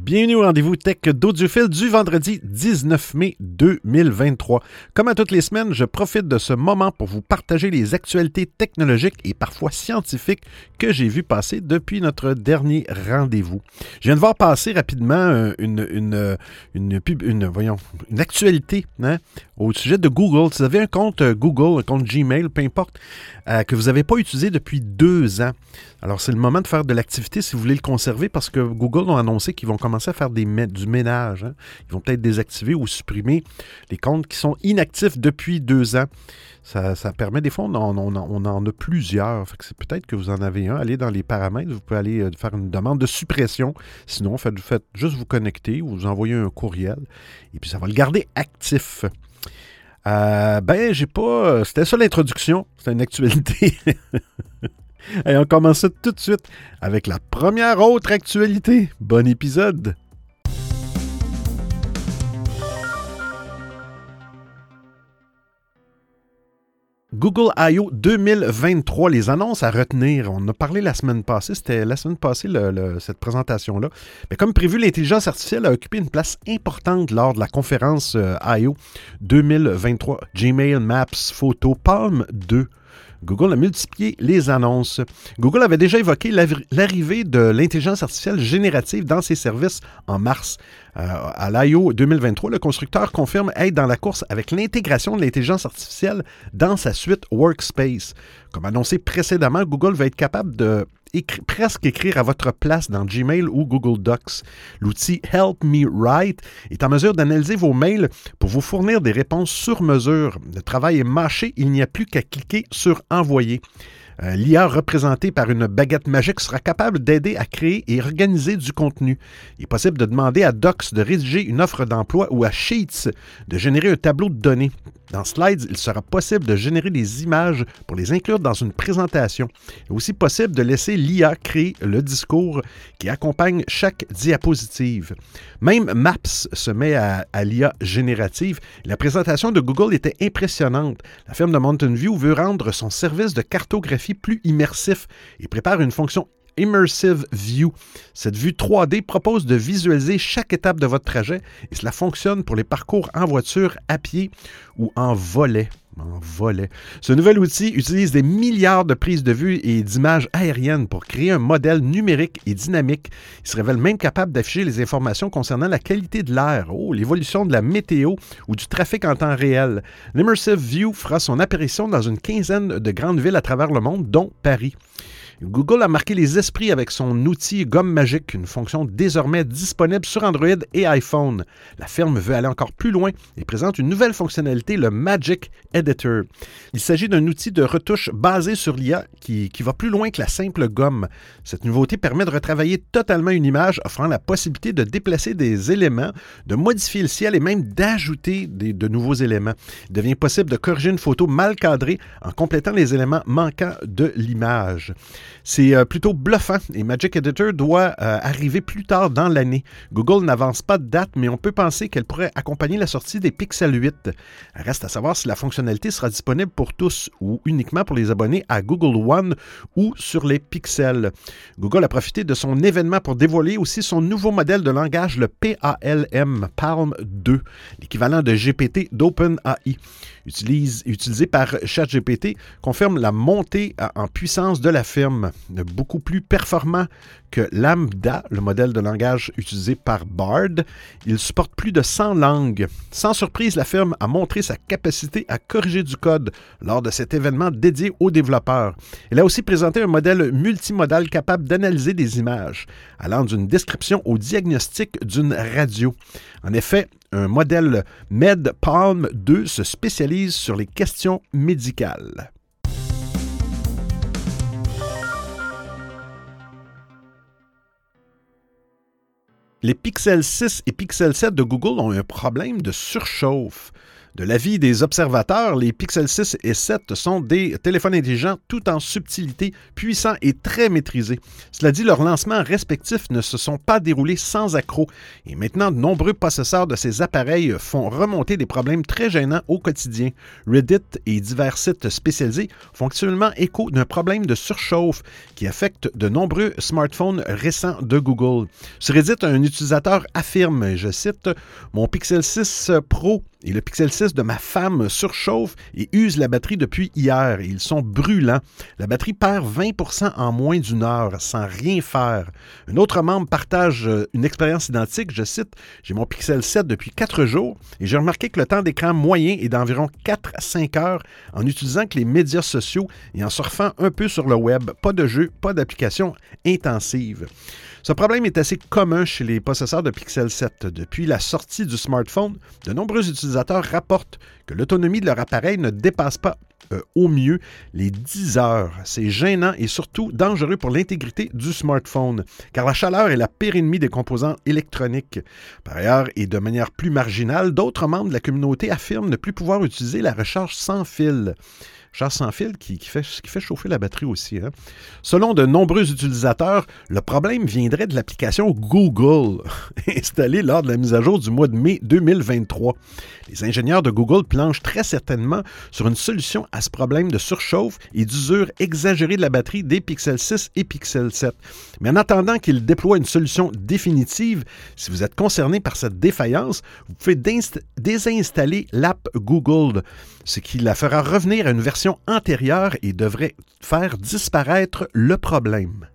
Bienvenue au rendez-vous tech d'Audiophile du vendredi 19 mai 2023. Comme à toutes les semaines, je profite de ce moment pour vous partager les actualités technologiques et parfois scientifiques que j'ai vues passer depuis notre dernier rendez-vous. Je viens de voir passer rapidement une actualité au sujet de Google. Si vous avez un compte Google, un compte Gmail, peu importe, que vous n'avez pas utilisé depuis 2 ans, alors c'est le moment de faire de l'activité si vous voulez le conserver parce que Google ont annoncé qu'ils vont commencer à faire du ménage. Ils vont peut-être désactiver ou supprimer les comptes qui sont inactifs depuis 2 ans. Ça permet, des fois, on en a plusieurs. Fait que c'est peut-être que vous en avez un. Allez dans les paramètres, vous pouvez aller faire une demande de suppression. Sinon, faites juste vous connecter ou vous envoyer un courriel et puis ça va le garder actif. J'ai pas... C'était ça l'introduction. C'était une actualité. Et on commence ça tout de suite avec la première autre actualité. Bon épisode! Google I.O. 2023, les annonces à retenir. On en a parlé la semaine passée. C'était la semaine passée, cette présentation-là. Mais comme prévu, l'intelligence artificielle a occupé une place importante lors de la conférence I.O. 2023. Gmail, Maps, Photo, Palm 2. Google a multiplié les annonces. Google avait déjà évoqué l'arrivée de l'intelligence artificielle générative dans ses services en mars. À l'I.O. 2023, le constructeur confirme être dans la course avec l'intégration de l'intelligence artificielle dans sa suite Workspace. Comme annoncé précédemment, Google va être capable de presque écrire à votre place dans Gmail ou Google Docs. L'outil Help Me Write est en mesure d'analyser vos mails pour vous fournir des réponses sur mesure. Le travail est mâché, il n'y a plus qu'à cliquer sur Envoyer. L'IA représentée par une baguette magique sera capable d'aider à créer et organiser du contenu. Il est possible de demander à Docs de rédiger une offre d'emploi ou à Sheets de générer un tableau de données. Dans Slides, il sera possible de générer des images pour les inclure dans une présentation. Il est aussi possible de laisser l'IA créer le discours qui accompagne chaque diapositive. Même Maps se met à l'IA générative. La présentation de Google était impressionnante. La firme de Mountain View veut rendre son service de cartographie plus immersif et prépare une fonction Immersive View. Cette vue 3D propose de visualiser chaque étape de votre trajet et cela fonctionne pour les parcours en voiture, à pied ou en volet. Ce nouvel outil utilise des milliards de prises de vue et d'images aériennes pour créer un modèle numérique et dynamique. Il se révèle même capable d'afficher les informations concernant la qualité de l'air, l'évolution de la météo ou du trafic en temps réel. L'Immersive View fera son apparition dans une quinzaine de grandes villes à travers le monde, dont Paris. Google a marqué les esprits avec son outil Gomme Magique, une fonction désormais disponible sur Android et iPhone. La firme veut aller encore plus loin et présente une nouvelle fonctionnalité, le Magic Editor. Il s'agit d'un outil de retouche basé sur l'IA qui va plus loin que la simple gomme. Cette nouveauté permet de retravailler totalement une image, offrant la possibilité de déplacer des éléments, de modifier le ciel et même d'ajouter de nouveaux éléments. Il devient possible de corriger une photo mal cadrée en complétant les éléments manquants de l'image. C'est plutôt bluffant et Magic Editor doit arriver plus tard dans l'année. Google n'avance pas de date, mais on peut penser qu'elle pourrait accompagner la sortie des Pixel 8. Reste à savoir si la fonctionnalité sera disponible pour tous ou uniquement pour les abonnés à Google One ou sur les Pixels. Google a profité de son événement pour dévoiler aussi son nouveau modèle de langage, le PALM, Palm 2, l'équivalent de GPT d'OpenAI. Utilisé par ChatGPT, confirme la montée en puissance de la firme, beaucoup plus performant que Lambda, le modèle de langage utilisé par Bard. Il supporte plus de 100 langues. Sans surprise, la firme a montré sa capacité à corriger du code lors de cet événement dédié aux développeurs. Elle a aussi présenté un modèle multimodal capable d'analyser des images, allant d'une description au diagnostic d'une radio. En effet, un modèle MedPalm 2 se spécialise sur les questions médicales. Les Pixel 6 et Pixel 7 de Google ont un problème de surchauffe. De l'avis des observateurs, les Pixel 6 et 7 sont des téléphones intelligents tout en subtilité, puissants et très maîtrisés. Cela dit, leurs lancements respectifs ne se sont pas déroulés sans accroc et maintenant de nombreux possesseurs de ces appareils font remonter des problèmes très gênants au quotidien. Reddit et divers sites spécialisés font actuellement écho d'un problème de surchauffe qui affecte de nombreux smartphones récents de Google. Sur Reddit, un utilisateur affirme, et je cite, « Mon Pixel 6 Pro et le Pixel 6 de ma femme surchauffe et use la batterie depuis hier et ils sont brûlants. La batterie perd 20% en moins d'une heure sans rien faire. » Un autre membre partage une expérience identique. Je cite, « J'ai mon Pixel 7 depuis 4 jours et j'ai remarqué que le temps d'écran moyen est d'environ 4 à 5 heures en utilisant que les médias sociaux et en surfant un peu sur le web. Pas de jeu, pas d'application intensive. » Ce problème est assez commun chez les possesseurs de Pixel 7. Depuis la sortie du smartphone, de nombreux utilisateurs rapportent que l'autonomie de leur appareil ne dépasse pas au mieux les 10 heures. C'est gênant et surtout dangereux pour l'intégrité du smartphone, car la chaleur est la pire ennemie des composants électroniques. Par ailleurs, et de manière plus marginale, d'autres membres de la communauté affirment ne plus pouvoir utiliser la recharge sans fil. Charge sans fil qui fait chauffer la batterie aussi. Hein? Selon de nombreux utilisateurs, le problème viendrait de l'application Google, installée lors de la mise à jour du mois de mai 2023. Les ingénieurs de Google planchent très certainement sur une solution à ce problème de surchauffe et d'usure exagérée de la batterie des Pixel 6 et Pixel 7. Mais en attendant qu'ils déploient une solution définitive, si vous êtes concerné par cette défaillance, vous pouvez désinstaller l'app Google, ce qui la fera revenir à une version antérieure et devrait faire disparaître le problème.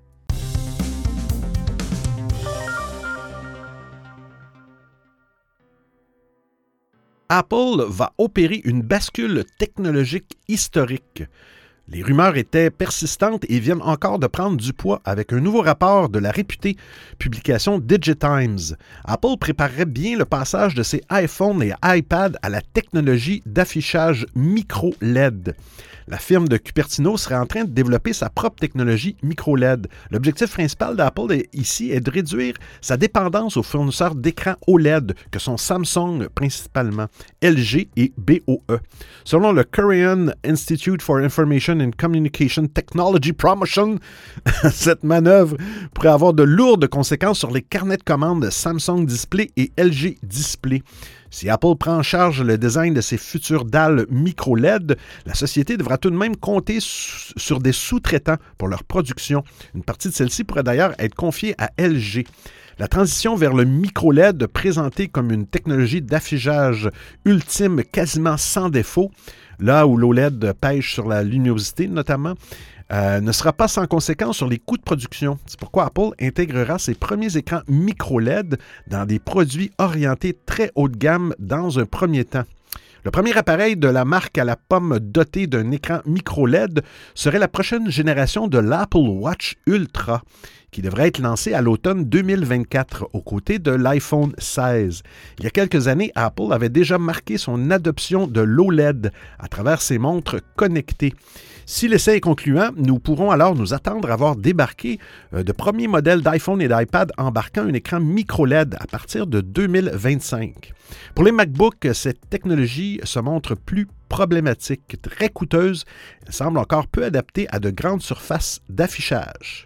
Apple va opérer une bascule technologique historique. Les rumeurs étaient persistantes et viennent encore de prendre du poids avec un nouveau rapport de la réputée publication DigiTimes. Apple préparerait bien le passage de ses iPhones et iPads à la technologie d'affichage micro-LED. La firme de Cupertino serait en train de développer sa propre technologie micro-LED. L'objectif principal d'Apple ici est de réduire sa dépendance aux fournisseurs d'écrans OLED que sont Samsung principalement, LG et BOE. Selon le Korean Institute for Information and Communication Technology Promotion, cette manœuvre pourrait avoir de lourdes conséquences sur les carnets de commandes Samsung Display et LG Display. Si Apple prend en charge le design de ses futures dalles micro-LED, la société devra tout de même compter sur des sous-traitants pour leur production. Une partie de celle-ci pourrait d'ailleurs être confiée à LG. La transition vers le micro-LED, présentée comme une technologie d'affichage ultime quasiment sans défaut, là où l'OLED pêche sur la luminosité notamment, ne sera pas sans conséquence sur les coûts de production. C'est pourquoi Apple intégrera ses premiers écrans micro-LED dans des produits orientés très haut de gamme dans un premier temps. Le premier appareil de la marque à la pomme doté d'un écran micro-LED serait la prochaine génération de l'Apple Watch Ultra, qui devrait être lancé à l'automne 2024 aux côtés de l'iPhone 16. Il y a quelques années, Apple avait déjà marqué son adoption de l'OLED à travers ses montres connectées. Si l'essai est concluant, nous pourrons alors nous attendre à voir débarquer de premiers modèles d'iPhone et d'iPad embarquant un écran micro-LED à partir de 2025. Pour les MacBooks, cette technologie se montre plus problématique, très coûteuse. Elle semble encore peu adaptée à de grandes surfaces d'affichage.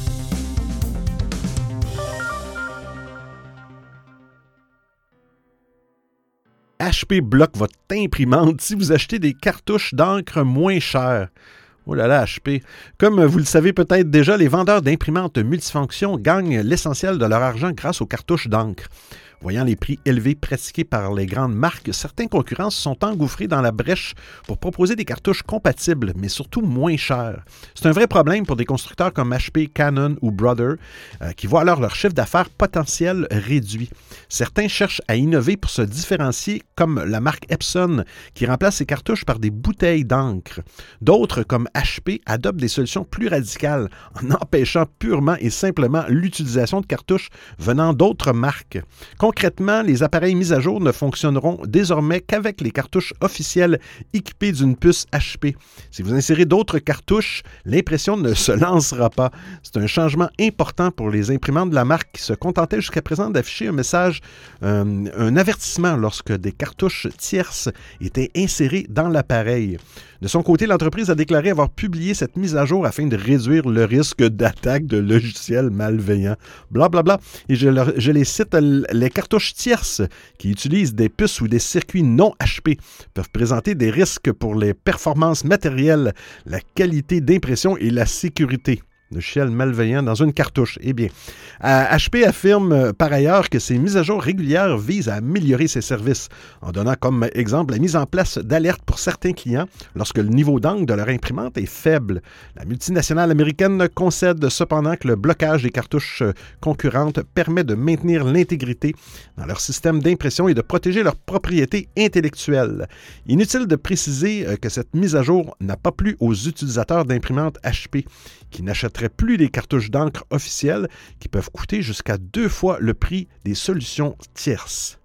HP bloque votre imprimante si vous achetez des cartouches d'encre moins chères. Oh là là, HP. Comme vous le savez peut-être déjà, les vendeurs d'imprimantes multifonctions gagnent l'essentiel de leur argent grâce aux cartouches d'encre. Voyant les prix élevés pratiqués par les grandes marques, certains concurrents se sont engouffrés dans la brèche pour proposer des cartouches compatibles, mais surtout moins chères. C'est un vrai problème pour des constructeurs comme HP, Canon ou Brother, qui voient alors leur chiffre d'affaires potentiel réduit. Certains cherchent à innover pour se différencier, comme la marque Epson, qui remplace ses cartouches par des bouteilles d'encre. D'autres, comme HP, adoptent des solutions plus radicales, en empêchant purement et simplement l'utilisation de cartouches venant d'autres marques. Concrètement, les appareils mis à jour ne fonctionneront désormais qu'avec les cartouches officielles équipées d'une puce HP. Si vous insérez d'autres cartouches, l'impression ne se lancera pas. C'est un changement important pour les imprimantes de la marque qui se contentaient jusqu'à présent d'afficher un message, un avertissement lorsque des cartouches tierces étaient insérées dans l'appareil. De son côté, l'entreprise a déclaré avoir publié cette mise à jour afin de réduire le risque d'attaque de logiciels malveillants. Blablabla. Et je les cite, les cartouches tierces qui utilisent des puces ou des circuits non HP peuvent présenter des risques pour les performances matérielles, la qualité d'impression et la sécurité. Logiciel malveillant dans une cartouche. Eh bien, HP affirme par ailleurs que ces mises à jour régulières visent à améliorer ses services, en donnant comme exemple la mise en place d'alertes pour certains clients lorsque le niveau d'angle de leur imprimante est faible. La multinationale américaine concède cependant que le blocage des cartouches concurrentes permet de maintenir l'intégrité dans leur système d'impression et de protéger leurs propriétés intellectuelles. Inutile de préciser que cette mise à jour n'a pas plu aux utilisateurs d'imprimantes HP qui n'achèteraient plus des cartouches d'encre officielles qui peuvent coûter jusqu'à 2 fois le prix des solutions tierces.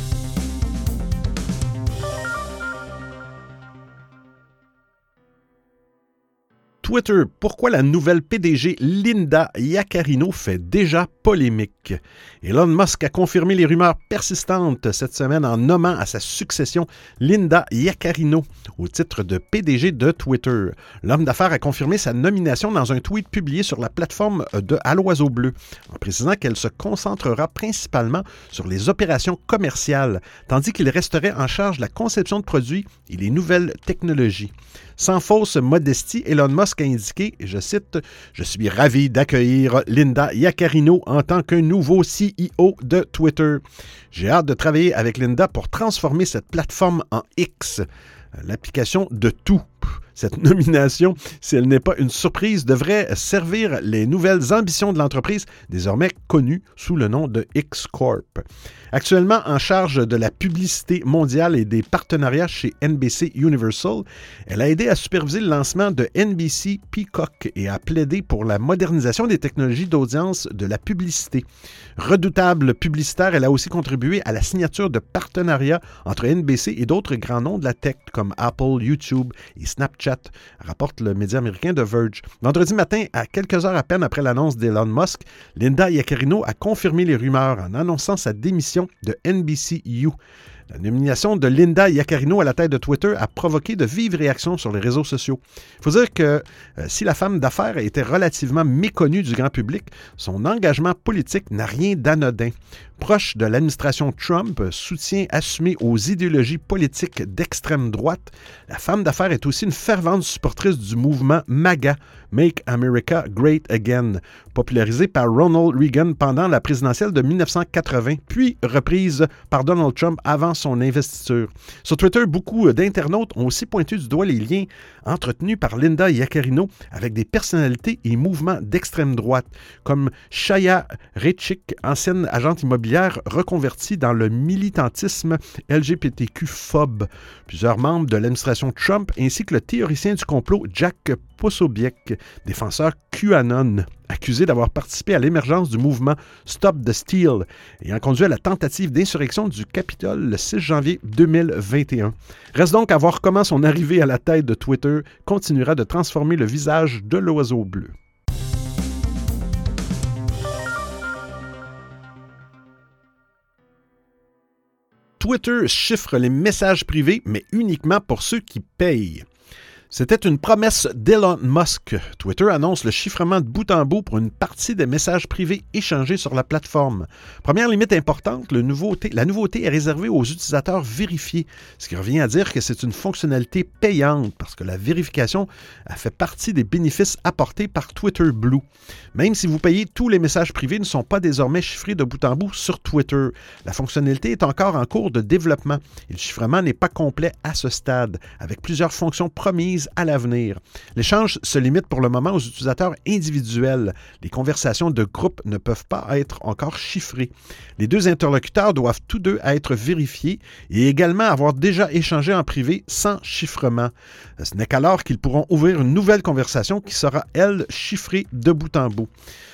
Twitter, pourquoi la nouvelle PDG Linda Yaccarino fait déjà polémique? Elon Musk a confirmé les rumeurs persistantes cette semaine en nommant à sa succession Linda Yaccarino au titre de PDG de Twitter. L'homme d'affaires a confirmé sa nomination dans un tweet publié sur la plateforme de À l'Oiseau Bleu, en précisant qu'elle se concentrera principalement sur les opérations commerciales, tandis qu'il resterait en charge de la conception de produits et les nouvelles technologies. Sans fausse modestie, Elon Musk a indiqué, et je cite, « Je suis ravi d'accueillir Linda Yaccarino en tant que nouveau CEO de Twitter. J'ai hâte de travailler avec Linda pour transformer cette plateforme en X, l'application de tout. » Cette nomination, si elle n'est pas une surprise, devrait servir les nouvelles ambitions de l'entreprise, désormais connue sous le nom de X Corp. Actuellement en charge de la publicité mondiale et des partenariats chez NBC Universal, elle a aidé à superviser le lancement de NBC Peacock et a plaidé pour la modernisation des technologies d'audience de la publicité. Redoutable publicitaire, elle a aussi contribué à la signature de partenariats entre NBC et d'autres grands noms de la tech comme Apple, YouTube et Snapchat, rapporte le média américain The Verge. Vendredi matin, à quelques heures à peine après l'annonce d'Elon Musk, Linda Yaccarino a confirmé les rumeurs en annonçant sa démission de NBCU. La nomination de Linda Yaccarino à la tête de Twitter a provoqué de vives réactions sur les réseaux sociaux. Il faut dire que si la femme d'affaires était relativement méconnue du grand public, son engagement politique n'a rien d'anodin. Proche de l'administration Trump, soutien assumé aux idéologies politiques d'extrême droite, la femme d'affaires est aussi une fervente supportrice du mouvement MAGA, Make America Great Again, popularisé par Ronald Reagan pendant la présidentielle de 1980, puis reprise par Donald Trump avant son investiture. Sur Twitter, beaucoup d'internautes ont aussi pointé du doigt les liens entretenus par Linda Yaccarino avec des personnalités et mouvements d'extrême droite, comme Chaya Raichik, ancienne agente immobilière reconvertie dans le militantisme LGBTQ-phobe. Plusieurs membres de l'administration Trump, ainsi que le théoricien du complot Jack Posobiec, défenseur QAnon, accusé d'avoir participé à l'émergence du mouvement Stop the Steal, ayant conduit à la tentative d'insurrection du Capitole le 6 janvier 2021. Reste donc à voir comment son arrivée à la tête de Twitter continuera de transformer le visage de l'Oiseau Bleu. Twitter chiffre les messages privés, mais uniquement pour ceux qui payent. C'était une promesse d'Elon Musk. Twitter annonce le chiffrement de bout en bout pour une partie des messages privés échangés sur la plateforme. Première limite importante, la nouveauté est réservée aux utilisateurs vérifiés, ce qui revient à dire que c'est une fonctionnalité payante parce que la vérification a fait partie des bénéfices apportés par Twitter Blue. Même si vous payez, tous les messages privés ne sont pas désormais chiffrés de bout en bout sur Twitter. La fonctionnalité est encore en cours de développement et le chiffrement n'est pas complet à ce stade, avec plusieurs fonctions promises à l'avenir. L'échange se limite pour le moment aux utilisateurs individuels. Les conversations de groupe ne peuvent pas être encore chiffrées. Les deux interlocuteurs doivent tous deux être vérifiés et également avoir déjà échangé en privé sans chiffrement. Ce n'est qu'alors qu'ils pourront ouvrir une nouvelle conversation qui sera, elle, chiffrée de bout en bout.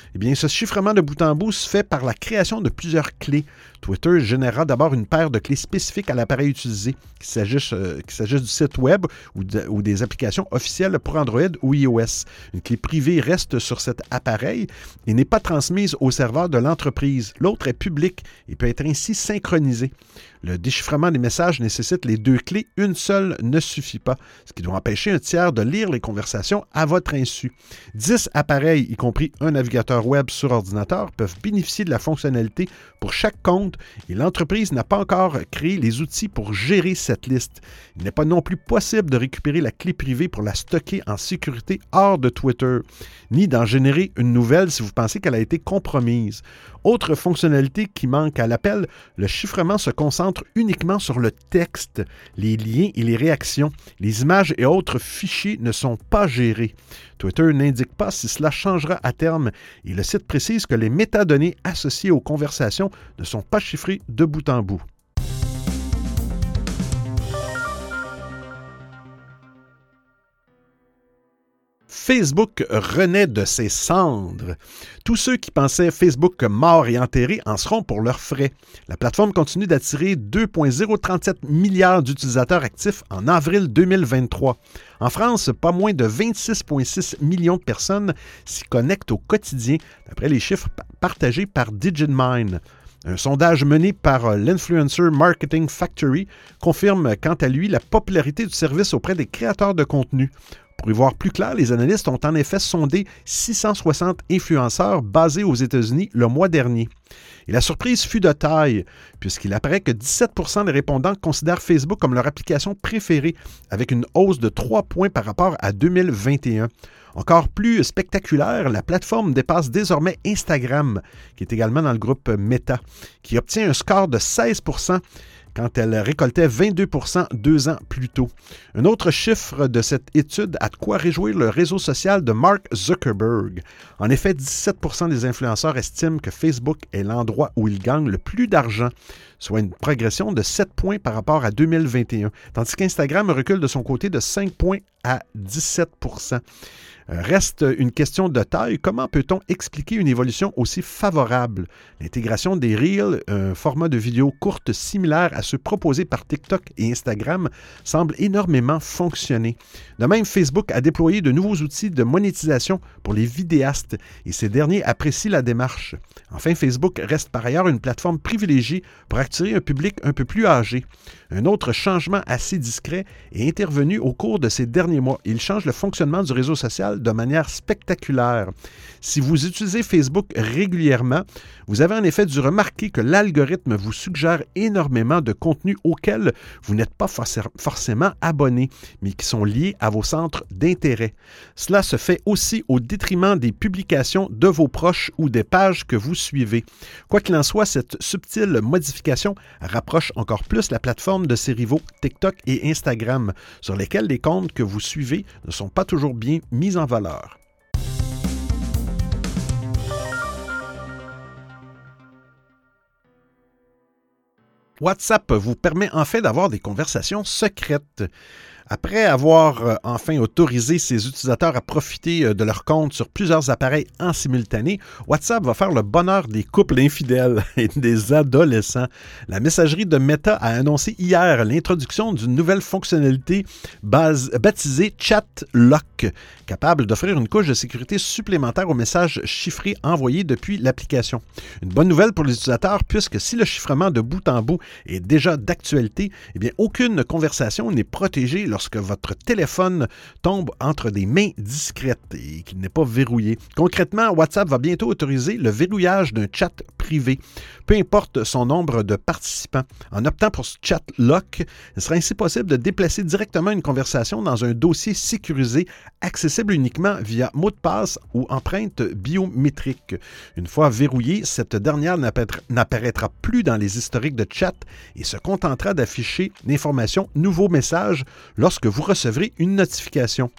Eh bien, ce chiffrement de bout en bout se fait par la création de plusieurs clés. Twitter générera d'abord une paire de clés spécifiques à l'appareil utilisé, qu'il s'agisse du site web ou des applications officielles pour Android ou iOS. Une clé privée reste sur cet appareil et n'est pas transmise au serveur de l'entreprise. L'autre est publique et peut être ainsi synchronisé. Le déchiffrement des messages nécessite les deux clés, une seule ne suffit pas, ce qui doit empêcher un tiers de lire les conversations à votre insu. 10 appareils, y compris un navigateur web sur ordinateur, peuvent bénéficier de la fonctionnalité pour chaque compte et l'entreprise n'a pas encore créé les outils pour gérer cette liste. Il n'est pas non plus possible de récupérer la clé privée pour la stocker en sécurité hors de Twitter, ni d'en générer une nouvelle si vous pensez qu'elle a été compromise. Autre fonctionnalité qui manque à l'appel, le chiffrement se concentre uniquement sur le texte, les liens et les réactions. Les images et autres fichiers ne sont pas gérés. Twitter n'indique pas si cela changera à terme et le site précise que les métadonnées associées aux conversations ne sont pas chiffrées de bout en bout. Facebook renaît de ses cendres. Tous ceux qui pensaient Facebook mort et enterré en seront pour leurs frais. La plateforme continue d'attirer 2,037 milliards d'utilisateurs actifs en avril 2023. En France, pas moins de 26,6 millions de personnes s'y connectent au quotidien, d'après les chiffres partagés par DigitMind. Un sondage mené par l'Influencer Marketing Factory confirme quant à lui la popularité du service auprès des créateurs de contenu. Pour y voir plus clair, les analystes ont en effet sondé 660 influenceurs basés aux États-Unis le mois dernier. Et la surprise fut de taille, puisqu'il apparaît que 17% des répondants considèrent Facebook comme leur application préférée, avec une hausse de 3 points par rapport à 2021. Encore plus spectaculaire, la plateforme dépasse désormais Instagram, qui est également dans le groupe Meta, qui obtient un score de 16% quand elle récoltait 22% 2 ans plus tôt. Un autre chiffre de cette étude a de quoi réjouir le réseau social de Mark Zuckerberg. En effet, 17% des influenceurs estiment que Facebook est l'endroit où ils gagnent le plus d'argent, soit une progression de 7 points par rapport à 2021, tandis qu'Instagram recule de son côté de 5 points à 17%. Reste une question de taille. Comment peut-on expliquer une évolution aussi favorable? L'intégration des Reels, un format de vidéo courte similaire à ceux proposés par TikTok et Instagram, semble énormément fonctionner. De même, Facebook a déployé de nouveaux outils de monétisation pour les vidéastes et ces derniers apprécient la démarche. Enfin, Facebook reste par ailleurs une plateforme privilégiée pour attirer un public un peu plus âgé. Un autre changement assez discret est intervenu au cours de ces derniers mois. Il change le fonctionnement du réseau social de manière spectaculaire. Si vous utilisez Facebook régulièrement, vous avez en effet dû remarquer que l'algorithme vous suggère énormément de contenus auxquels vous n'êtes pas forcément abonné, mais qui sont liés à vos centres d'intérêt. Cela se fait aussi au détriment des publications de vos proches ou des pages que vous suivez. Quoi qu'il en soit, cette subtile modification rapproche encore plus la plateforme de ses rivaux TikTok et Instagram, sur lesquels les comptes que vous suivez ne sont pas toujours bien mis en valeur. WhatsApp vous permet en fait d'avoir des conversations secrètes. Après avoir enfin autorisé ses utilisateurs à profiter de leur compte sur plusieurs appareils en simultané, WhatsApp va faire le bonheur des couples infidèles et des adolescents. La messagerie de Meta a annoncé hier l'introduction d'une nouvelle fonctionnalité baptisée Chat Lock, capable d'offrir une couche de sécurité supplémentaire aux messages chiffrés envoyés depuis l'application. Une bonne nouvelle pour les utilisateurs puisque si le chiffrement de bout en bout est déjà d'actualité, eh bien aucune conversation n'est protégée lorsque votre téléphone tombe entre des mains discrètes et qu'il n'est pas verrouillé. Concrètement, WhatsApp va bientôt autoriser le verrouillage d'un chat privé, peu importe son nombre de participants. En optant pour ce Chat Lock, il sera ainsi possible de déplacer directement une conversation dans un dossier sécurisé, accessible uniquement via mot de passe ou empreinte biométrique. Une fois verrouillée, cette dernière n'apparaîtra plus dans les historiques de chat et se contentera d'afficher l'information « Nouveau message » lorsque vous recevrez une notification.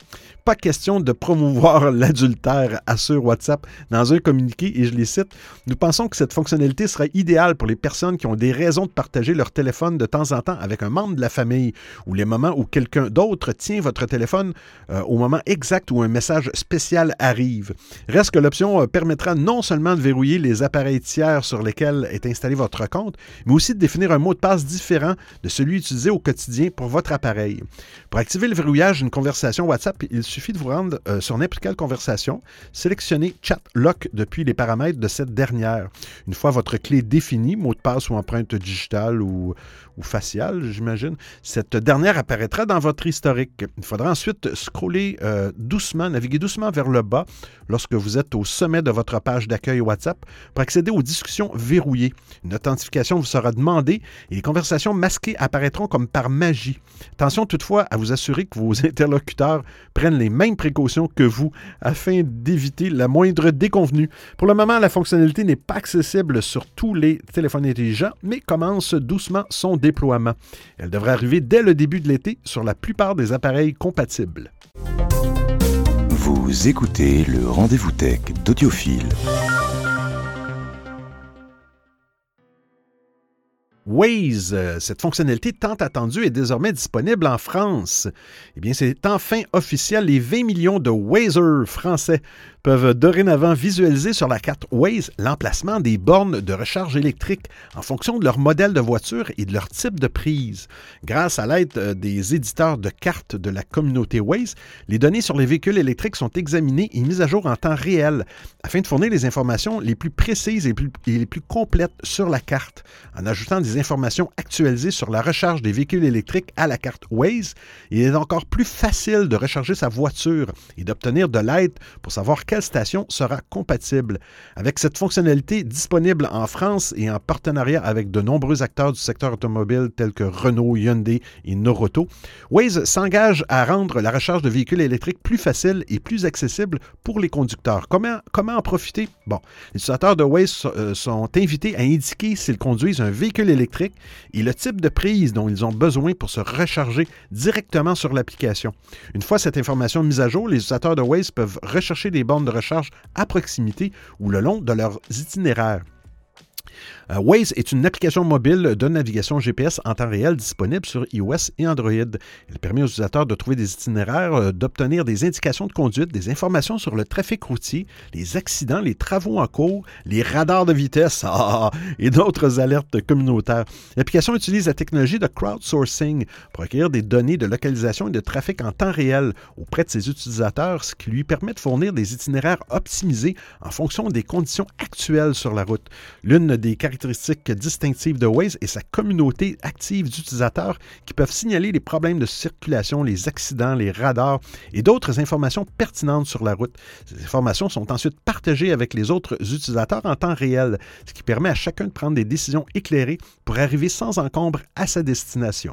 pas question de promouvoir l'adultère, assure WhatsApp dans un communiqué, et je les cite, « Nous pensons que cette fonctionnalité sera idéale pour les personnes qui ont des raisons de partager leur téléphone de temps en temps avec un membre de la famille ou les moments où quelqu'un d'autre tient votre téléphone au moment exact où un message spécial arrive. Reste que l'option permettra non seulement de verrouiller les appareils tiers sur lesquels est installé votre compte, mais aussi de définir un mot de passe différent de celui utilisé au quotidien pour votre appareil. Pour activer le verrouillage d'une conversation WhatsApp, il suffit de vous rendre sur n'importe quelle conversation, sélectionner Chat Lock depuis les paramètres de cette dernière. Une fois votre clé définie, mot de passe ou empreinte digitale ou faciale, j'imagine, cette dernière apparaîtra dans votre historique. Il faudra ensuite scroller doucement, naviguer doucement vers le bas lorsque vous êtes au sommet de votre page d'accueil WhatsApp pour accéder aux discussions verrouillées. Une authentification vous sera demandée et les conversations masquées apparaîtront comme par magie. Attention toutefois à vous assurer que vos interlocuteurs prennent les mêmes précautions que vous afin d'éviter la moindre déconvenue. Pour le moment, la fonctionnalité n'est pas accessible sur tous les téléphones intelligents, mais commence doucement son déploiement. Elle devrait arriver dès le début de l'été sur la plupart des appareils compatibles. Vous écoutez le Rendez-vous Tech d'Audiophile. Waze, cette fonctionnalité tant attendue est désormais disponible en France. Eh bien, c'est enfin officiel. Les 20 millions de Wazers français peuvent dorénavant visualiser sur la carte Waze l'emplacement des bornes de recharge électrique en fonction de leur modèle de voiture et de leur type de prise. Grâce à l'aide des éditeurs de cartes de la communauté Waze, les données sur les véhicules électriques sont examinées et mises à jour en temps réel afin de fournir les informations les plus précises et les plus complètes sur la carte. En ajoutant des informations actualisées sur la recharge des véhicules électriques à la carte Waze, il est encore plus facile de recharger sa voiture et d'obtenir de l'aide pour savoir quelle station sera compatible. Avec cette fonctionnalité disponible en France et en partenariat avec de nombreux acteurs du secteur automobile tels que Renault, Hyundai et Noroto, Waze s'engage à rendre la recharge de véhicules électriques plus facile et plus accessible pour les conducteurs. Comment en profiter? Bon, les utilisateurs de Waze sont invités à indiquer s'ils conduisent un véhicule électrique et le type de prise dont ils ont besoin pour se recharger directement sur l'application. Une fois cette information mise à jour, les utilisateurs de Waze peuvent rechercher des bornes de recharge à proximité ou le long de leurs itinéraires. Waze est une application mobile de navigation GPS en temps réel disponible sur iOS et Android. Elle permet aux utilisateurs de trouver des itinéraires, d'obtenir des indications de conduite, des informations sur le trafic routier, les accidents, les travaux en cours, les radars de vitesse et d'autres alertes communautaires. L'application utilise la technologie de crowdsourcing pour acquérir des données de localisation et de trafic en temps réel auprès de ses utilisateurs, ce qui lui permet de fournir des itinéraires optimisés en fonction des conditions actuelles sur la route. L'une des caractéristiques distinctives de Waze est sa communauté active d'utilisateurs qui peuvent signaler les problèmes de circulation, les accidents, les radars et d'autres informations pertinentes sur la route. Ces informations sont ensuite partagées avec les autres utilisateurs en temps réel, ce qui permet à chacun de prendre des décisions éclairées pour arriver sans encombre à sa destination.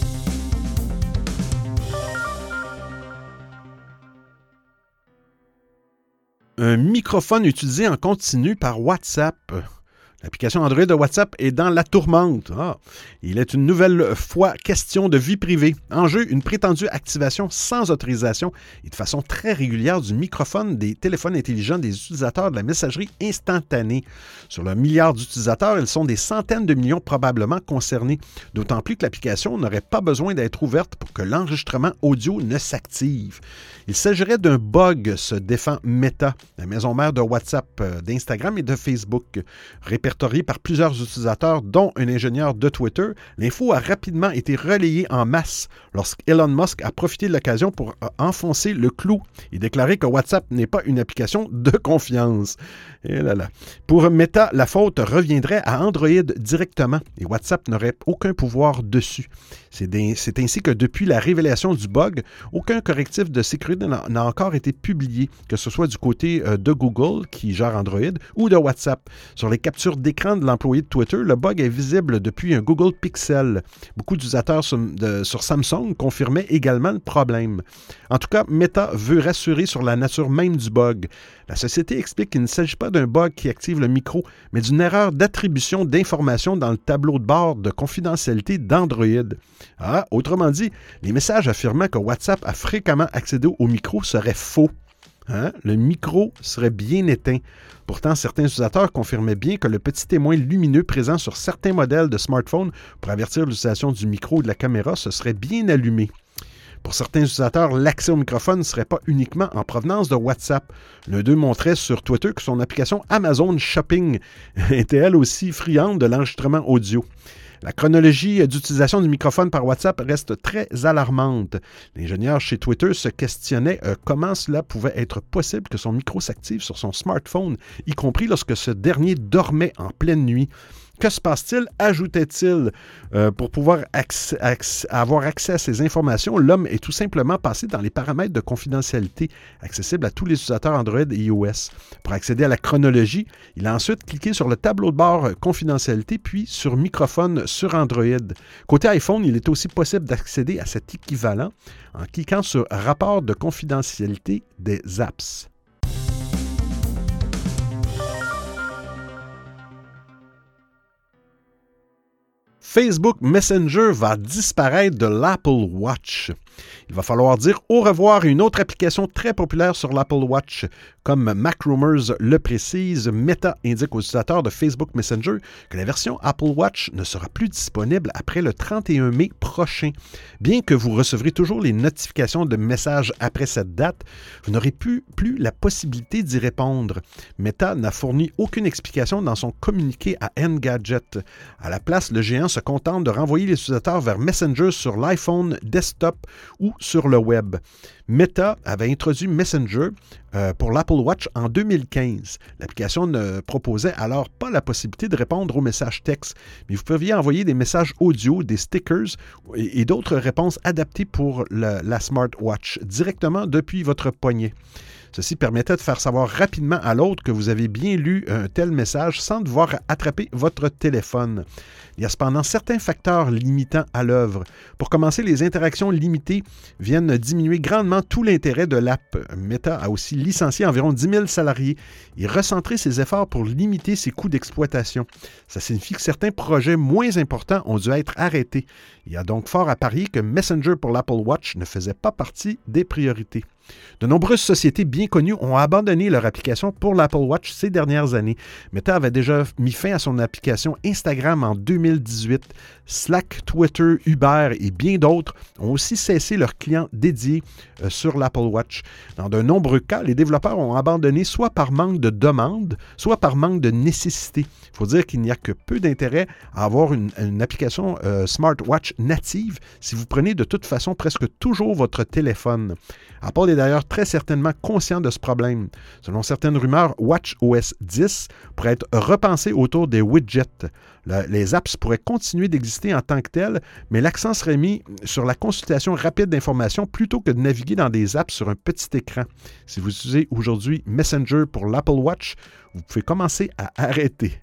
Un microphone utilisé en continu par WhatsApp. L'application Android de WhatsApp est dans la tourmente. Il est une nouvelle fois question de vie privée. En jeu, une prétendue activation sans autorisation et de façon très régulière du microphone des téléphones intelligents des utilisateurs de la messagerie instantanée. Sur le milliard d'utilisateurs, ils sont des centaines de millions probablement concernés, d'autant plus que l'application n'aurait pas besoin d'être ouverte pour que l'enregistrement audio ne s'active. Il s'agirait d'un bug, se défend Meta, la maison mère de WhatsApp, d'Instagram et de Facebook. Répertorié par plusieurs utilisateurs, dont un ingénieur de Twitter, l'info a rapidement été relayée en masse lorsqu'Elon Musk a profité de l'occasion pour enfoncer le clou et déclarer que WhatsApp n'est pas une application de confiance. Et là là. Pour Meta, la faute reviendrait à Android directement et WhatsApp n'aurait aucun pouvoir dessus. C'est ainsi que depuis la révélation du bug, aucun correctif de sécurité n'a encore été publié, que ce soit du côté de Google, qui gère Android, ou de WhatsApp. Sur les captures d'écran de l'employé de Twitter, le bug est visible depuis un Google Pixel. Beaucoup d'utilisateurs sur Samsung confirmaient également le problème. En tout cas, Meta veut rassurer sur la nature même du bug. La société explique qu'il ne s'agit pas d'un bug qui active le micro, mais d'une erreur d'attribution d'informations dans le tableau de bord de confidentialité d'Android. Autrement dit, les messages affirmant que WhatsApp a fréquemment accédé au micro seraient faux. Le micro serait bien éteint. Pourtant, certains utilisateurs confirmaient bien que le petit témoin lumineux présent sur certains modèles de smartphones pour avertir l'utilisation du micro ou de la caméra se serait bien allumé. Pour certains utilisateurs, l'accès au microphone ne serait pas uniquement en provenance de WhatsApp. L'un d'eux montrait sur Twitter que son application Amazon Shopping était elle aussi friande de l'enregistrement audio. La chronologie d'utilisation du microphone par WhatsApp reste très alarmante. L'ingénieur chez Twitter se questionnait comment cela pouvait être possible que son micro s'active sur son smartphone, y compris lorsque ce dernier dormait en pleine nuit. Que se passe-t-il, ajoutait-il, pour pouvoir avoir accès à ces informations, l'homme est tout simplement passé dans les paramètres de confidentialité accessibles à tous les utilisateurs Android et iOS. Pour accéder à la chronologie, il a ensuite cliqué sur le tableau de bord confidentialité, puis sur microphone sur Android. Côté iPhone, il est aussi possible d'accéder à cet équivalent en cliquant sur rapport de confidentialité des apps. Facebook Messenger va disparaître de l'Apple Watch. Il va falloir dire au revoir à une autre application très populaire sur l'Apple Watch. Comme MacRumors le précise, Meta indique aux utilisateurs de Facebook Messenger que la version Apple Watch ne sera plus disponible après le 31 mai prochain. Bien que vous recevrez toujours les notifications de messages après cette date, vous n'aurez plus la possibilité d'y répondre. Meta n'a fourni aucune explication dans son communiqué à Engadget. À la place, le géant se contente de renvoyer les utilisateurs vers Messenger sur l'iPhone desktop ou sur le web. Meta avait introduit Messenger pour l'Apple Watch en 2015. L'application ne proposait alors pas la possibilité de répondre aux messages textes, mais vous pouviez envoyer des messages audio, des stickers et d'autres réponses adaptées pour la smartwatch directement depuis votre poignet. Ceci permettait de faire savoir rapidement à l'autre que vous avez bien lu un tel message sans devoir attraper votre téléphone. Il y a cependant certains facteurs limitants à l'œuvre. Pour commencer, les interactions limitées viennent diminuer grandement tout l'intérêt de l'app. Meta a aussi licencié environ 10 000 salariés et recentré ses efforts pour limiter ses coûts d'exploitation. Ça signifie que certains projets moins importants ont dû être arrêtés. Il y a donc fort à parier que Messenger pour l'Apple Watch ne faisait pas partie des priorités. De nombreuses sociétés bien connues ont abandonné leur application pour l'Apple Watch ces dernières années. Meta avait déjà mis fin à son application Instagram en 2018. Slack, Twitter, Uber et bien d'autres ont aussi cessé leurs clients dédiés sur l'Apple Watch. Dans de nombreux cas, les développeurs ont abandonné soit par manque de demande, soit par manque de nécessité. Il faut dire qu'il n'y a que peu d'intérêt à avoir une application smartwatch native si vous prenez de toute façon presque toujours votre téléphone. Apple est d'ailleurs très certainement conscient de ce problème. Selon certaines rumeurs, WatchOS 10 pourrait être repensé autour des widgets. Les apps pourraient continuer d'exister en tant que telles, mais l'accent serait mis sur la consultation rapide d'informations plutôt que de naviguer dans des apps sur un petit écran. Si vous utilisez aujourd'hui Messenger pour l'Apple Watch, vous pouvez commencer à arrêter.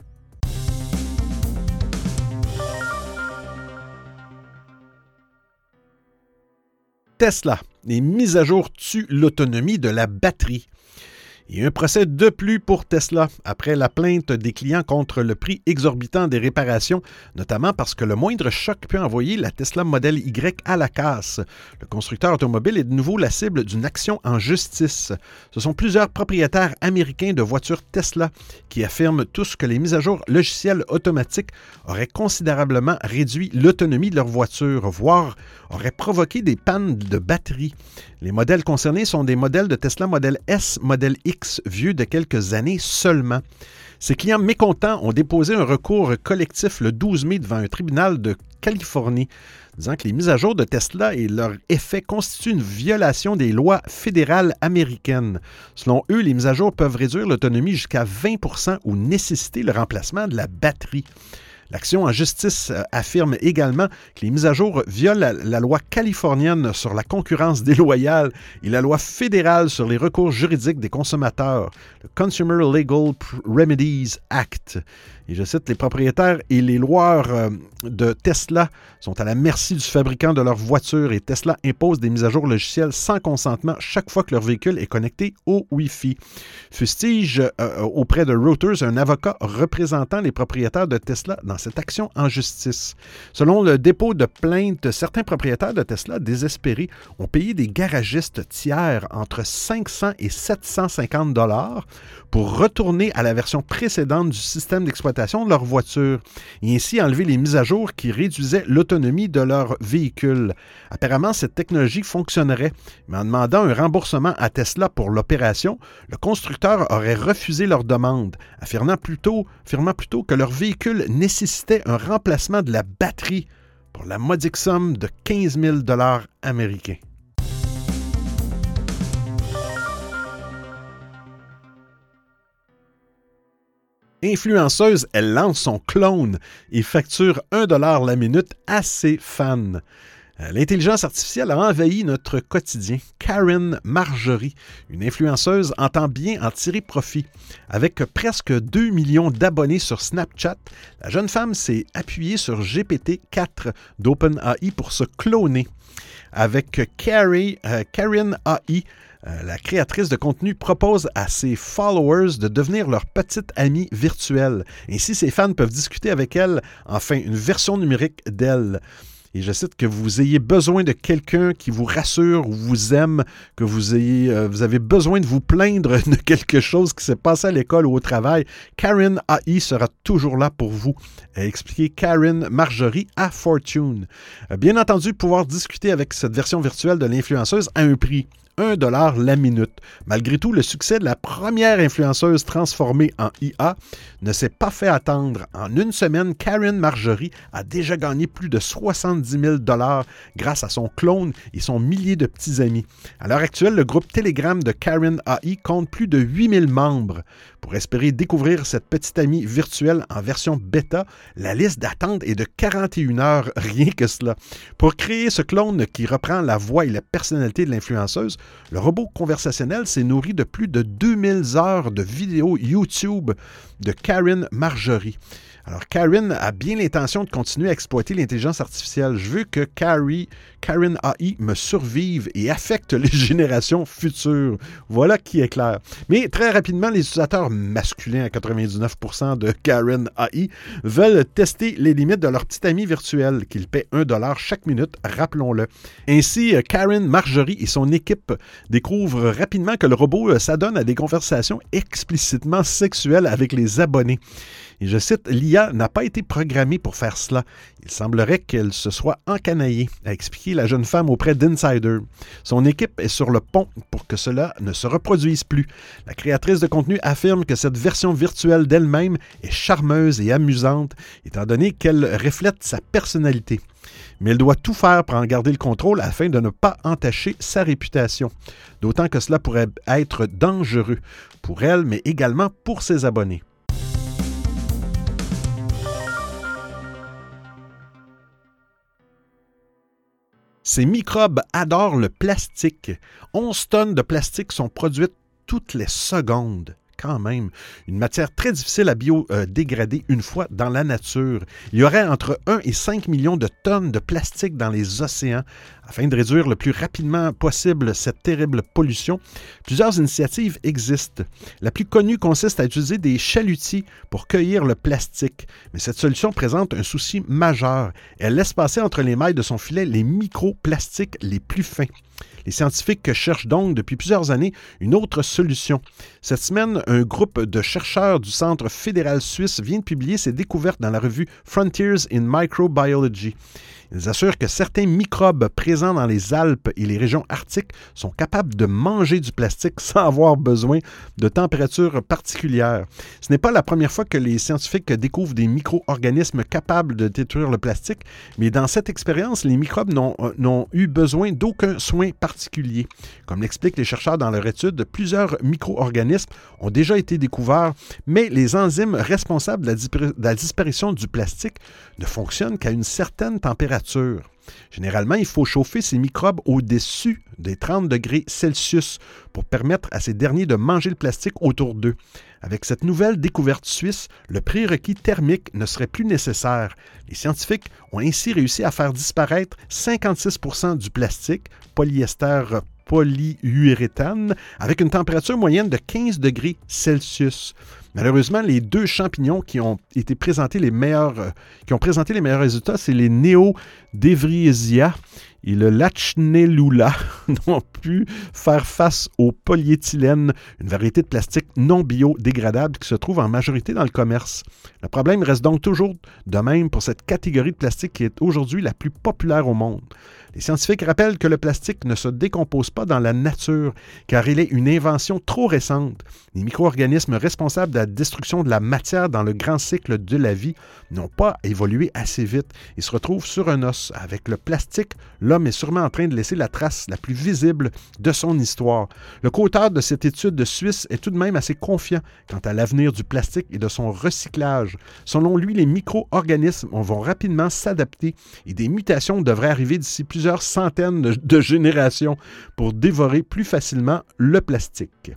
Tesla. Les mises à jour tuent l'autonomie de la batterie. Il y a un procès de plus pour Tesla après la plainte des clients contre le prix exorbitant des réparations, notamment parce que le moindre choc peut envoyer la Tesla Model Y à la casse. Le constructeur automobile est de nouveau la cible d'une action en justice. Ce sont plusieurs propriétaires américains de voitures Tesla qui affirment tous que les mises à jour logicielles automatiques auraient considérablement réduit l'autonomie de leur voiture, voire auraient provoqué des pannes de batterie. Les modèles concernés sont des modèles de Tesla Model S, Model X, vieux de quelques années seulement. Ces clients mécontents ont déposé un recours collectif le 12 mai devant un tribunal de Californie, disant que les mises à jour de Tesla et leur effet constituent une violation des lois fédérales américaines. Selon eux, les mises à jour peuvent réduire l'autonomie jusqu'à 20% ou nécessiter le remplacement de la batterie. L'action en justice affirme également que les mises à jour violent la loi californienne sur la concurrence déloyale et la loi fédérale sur les recours juridiques des consommateurs, le Consumer Legal Remedies Act. Et je cite, « Les propriétaires et les loueurs de Tesla sont à la merci du fabricant de leur voiture et Tesla impose des mises à jour logicielles sans consentement chaque fois que leur véhicule est connecté au Wi-Fi. » Fustige auprès de Reuters un avocat représentant les propriétaires de Tesla dans cette action en justice. Selon le dépôt de plainte, certains propriétaires de Tesla désespérés ont payé des garagistes tiers entre 500 et 750 $ pour retourner à la version précédente du système d'exploitation de leur voiture et ainsi enlever les mises à jour qui réduisaient l'autonomie de leur véhicule. Apparemment, cette technologie fonctionnerait, mais en demandant un remboursement à Tesla pour l'opération, le constructeur aurait refusé leur demande, affirmant plutôt que leur véhicule nécessitait un remplacement de la batterie pour la modique somme de 15 000 $ américains. Influenceuse, elle lance son clone et facture 1 $ la minute à ses fans. L'intelligence artificielle a envahi notre quotidien. Karen Marjorie, une influenceuse, entend bien en tirer profit. Avec presque 2 millions d'abonnés sur Snapchat, la jeune femme s'est appuyée sur GPT-4 d'OpenAI pour se cloner. Avec Karen AI, la créatrice de contenu propose à ses followers de devenir leur petite amie virtuelle. Ainsi, ses fans peuvent discuter avec elle, enfin une version numérique d'elle. Et je cite, que vous ayez besoin de quelqu'un qui vous rassure ou vous aime, que vous avez besoin de vous plaindre de quelque chose qui s'est passé à l'école ou au travail, Karen AI sera toujours là pour vous, a expliqué Karen Marjorie à Fortune. Bien entendu, pouvoir discuter avec cette version virtuelle de l'influenceuse a un prix. 1 $ la minute. Malgré tout, le succès de la première influenceuse transformée en IA ne s'est pas fait attendre. En une semaine, Karen Marjorie a déjà gagné plus de 70 000 $ grâce à son clone et son millier de petits amis. À l'heure actuelle, le groupe Telegram de Karen AI compte plus de 8 000 membres. Pour espérer découvrir cette petite amie virtuelle en version bêta, la liste d'attente est de 41 heures, rien que cela. Pour créer ce clone qui reprend la voix et la personnalité de l'influenceuse, le robot conversationnel s'est nourri de plus de 2000 heures de vidéos YouTube de Karen Marjorie. Alors, Karen a bien l'intention de continuer à exploiter l'intelligence artificielle. Je veux que Karen AI me survive et affecte les générations futures. Voilà qui est clair. Mais très rapidement, les utilisateurs masculins à 99% de Karen AI veulent tester les limites de leur petit ami virtuel qu'ils paient 1 $ chaque minute, rappelons-le. Ainsi, Karen Marjorie et son équipe découvrent rapidement que le robot s'adonne à des conversations explicitement sexuelles avec les abonnés. Et je cite, « L'IA n'a pas été programmée pour faire cela. Il semblerait qu'elle se soit encanaillée », a expliqué la jeune femme auprès d'Insider. Son équipe est sur le pont pour que cela ne se reproduise plus. La créatrice de contenu affirme que cette version virtuelle d'elle-même est charmeuse et amusante, étant donné qu'elle reflète sa personnalité. Mais elle doit tout faire pour en garder le contrôle afin de ne pas entacher sa réputation. D'autant que cela pourrait être dangereux pour elle, mais également pour ses abonnés. Ces microbes adorent le plastique. 11 tonnes de plastique sont produites toutes les secondes. Quand même, une matière très difficile à biodégrader une fois dans la nature. Il y aurait entre 1 et 5 millions de tonnes de plastique dans les océans. Afin de réduire le plus rapidement possible cette terrible pollution, plusieurs initiatives existent. La plus connue consiste à utiliser des chalutiers pour cueillir le plastique. Mais cette solution présente un souci majeur. Elle laisse passer entre les mailles de son filet les microplastiques les plus fins. Les scientifiques cherchent donc depuis plusieurs années une autre solution. Cette semaine, un groupe de chercheurs du Centre fédéral suisse vient de publier ses découvertes dans la revue Frontiers in Microbiology. Ils assurent que certains microbes présents dans les Alpes et les régions arctiques sont capables de manger du plastique sans avoir besoin de températures particulières. Ce n'est pas la première fois que les scientifiques découvrent des micro-organismes capables de détruire le plastique, mais dans cette expérience, les microbes n'ont eu besoin d'aucun soin particulier. Comme l'expliquent les chercheurs dans leur étude, plusieurs micro-organismes ont déjà été découverts, mais les enzymes responsables de la disparition du plastique ne fonctionnent qu'à une certaine température. Généralement, il faut chauffer ces microbes au-dessus des 30 degrés Celsius pour permettre à ces derniers de manger le plastique autour d'eux. Avec cette nouvelle découverte suisse, le prérequis thermique ne serait plus nécessaire. Les scientifiques ont ainsi réussi à faire disparaître 56% du plastique, polyester polyuréthane, avec une température moyenne de 15 degrés Celsius. Malheureusement, les deux champignons qui ont présenté les meilleurs résultats, c'est les Neodevresia et le Lachnelula, n'ont pu faire face au polyéthylène, une variété de plastique non biodégradable qui se trouve en majorité dans le commerce. Le problème reste donc toujours de même pour cette catégorie de plastique qui est aujourd'hui la plus populaire au monde. Les scientifiques rappellent que le plastique ne se décompose pas dans la nature, car il est une invention trop récente. Les micro-organismes responsables de la destruction de la matière dans le grand cycle de la vie n'ont pas évolué assez vite et se retrouvent sur un os. Avec le plastique, l'homme est sûrement en train de laisser la trace la plus visible de son histoire. Le co-auteur de cette étude de Suisse est tout de même assez confiant quant à l'avenir du plastique et de son recyclage. Selon lui, les micro-organismes vont rapidement s'adapter et des mutations devraient arriver d'ici plusieurs centaines de générations pour dévorer plus facilement le plastique.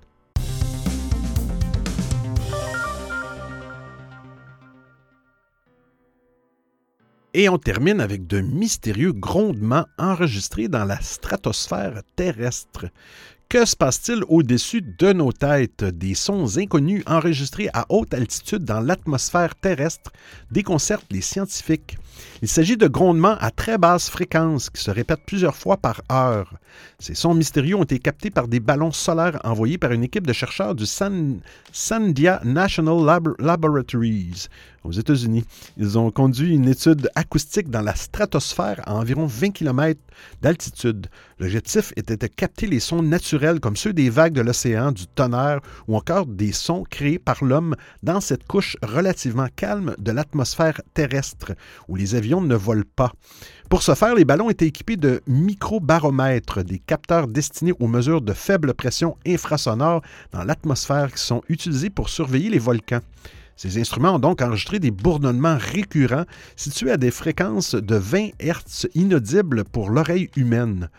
Et on termine avec de mystérieux grondements enregistrés dans la stratosphère terrestre. Que se passe-t-il au-dessus de nos têtes? Des sons inconnus enregistrés à haute altitude dans l'atmosphère terrestre déconcertent les scientifiques. Il s'agit de grondements à très basse fréquence qui se répètent plusieurs fois par heure. Ces sons mystérieux ont été captés par des ballons solaires envoyés par une équipe de chercheurs du Sandia National Laboratories aux États-Unis. Ils ont conduit une étude acoustique dans la stratosphère à environ 20 km d'altitude. L'objectif était de capter les sons naturels comme ceux des vagues de l'océan, du tonnerre ou encore des sons créés par l'homme dans cette couche relativement calme de l'atmosphère terrestre où les avions ne volent pas. Pour ce faire, les ballons étaient équipés de microbaromètres, des capteurs destinés aux mesures de faible pression infrasonore dans l'atmosphère qui sont utilisés pour surveiller les volcans. Ces instruments ont donc enregistré des bourdonnements récurrents situés à des fréquences de 20 Hz inaudibles pour l'oreille humaine.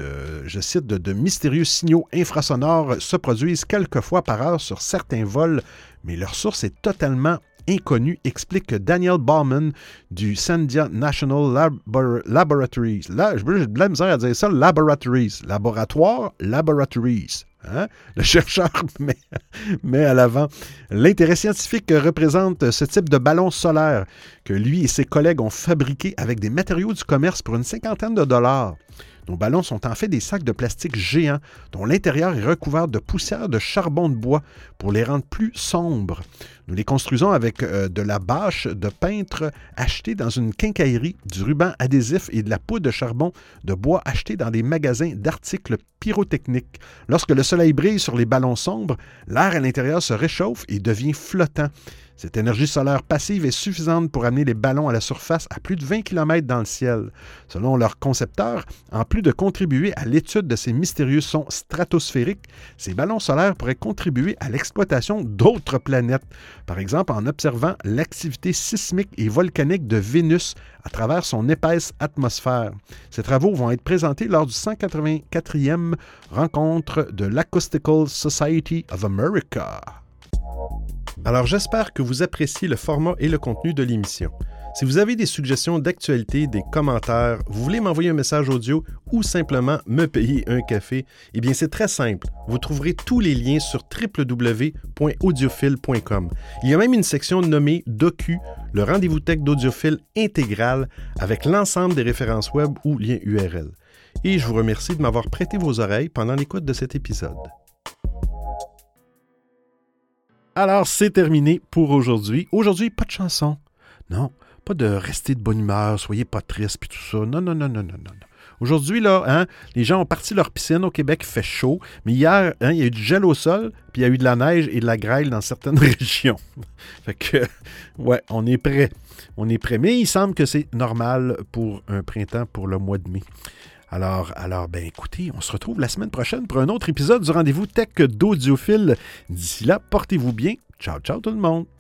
De mystérieux signaux infrasonores se produisent quelques fois par heure sur certains vols, mais leur source est totalement inconnue, explique Daniel Bauman du Sandia National Laboratories. Là, j'ai de la misère à dire ça, Laboratories. Laboratories. Hein? Le chercheur met à l'avant. L'intérêt scientifique représente ce type de ballon solaire que lui et ses collègues ont fabriqué avec des matériaux du commerce pour une cinquantaine de dollars. Nos ballons sont en fait des sacs de plastique géants dont l'intérieur est recouvert de poussière de charbon de bois pour les rendre plus sombres. Nous les construisons avec de la bâche de peintre achetée dans une quincaillerie, du ruban adhésif et de la poudre de charbon de bois achetée dans des magasins d'articles pyrotechniques. Lorsque le soleil brille sur les ballons sombres, l'air à l'intérieur se réchauffe et devient flottant. Cette énergie solaire passive est suffisante pour amener les ballons à la surface à plus de 20 km dans le ciel. Selon leur concepteur, en plus de contribuer à l'étude de ces mystérieux sons stratosphériques, ces ballons solaires pourraient contribuer à l'exploitation d'autres planètes, par exemple en observant l'activité sismique et volcanique de Vénus à travers son épaisse atmosphère. Ces travaux vont être présentés lors du 184e rencontre de l'Acoustical Society of America. Alors, j'espère que vous appréciez le format et le contenu de l'émission. Si vous avez des suggestions d'actualité, des commentaires, vous voulez m'envoyer un message audio ou simplement me payer un café, eh bien, c'est très simple. Vous trouverez tous les liens sur www.audiophile.com. Il y a même une section nommée Docu, le rendez-vous tech d'Audiophile intégral avec l'ensemble des références web ou liens URL. Et je vous remercie de m'avoir prêté vos oreilles pendant l'écoute de cet épisode. Alors, c'est terminé pour aujourd'hui. Aujourd'hui, pas de chanson. Non, pas de rester de bonne humeur, soyez pas tristes puis tout ça. Non. Aujourd'hui, là, les gens ont parti leur piscine au Québec, il fait chaud. Mais hier, il y a eu du gel au sol, puis il y a eu de la neige et de la grêle dans certaines régions. Fait que, ouais, on est prêt. Mais il semble que c'est normal pour un printemps, pour le mois de mai. Alors, ben écoutez, on se retrouve la semaine prochaine pour un autre épisode du rendez-vous tech d'Audiophile. D'ici là, portez-vous bien. Ciao tout le monde.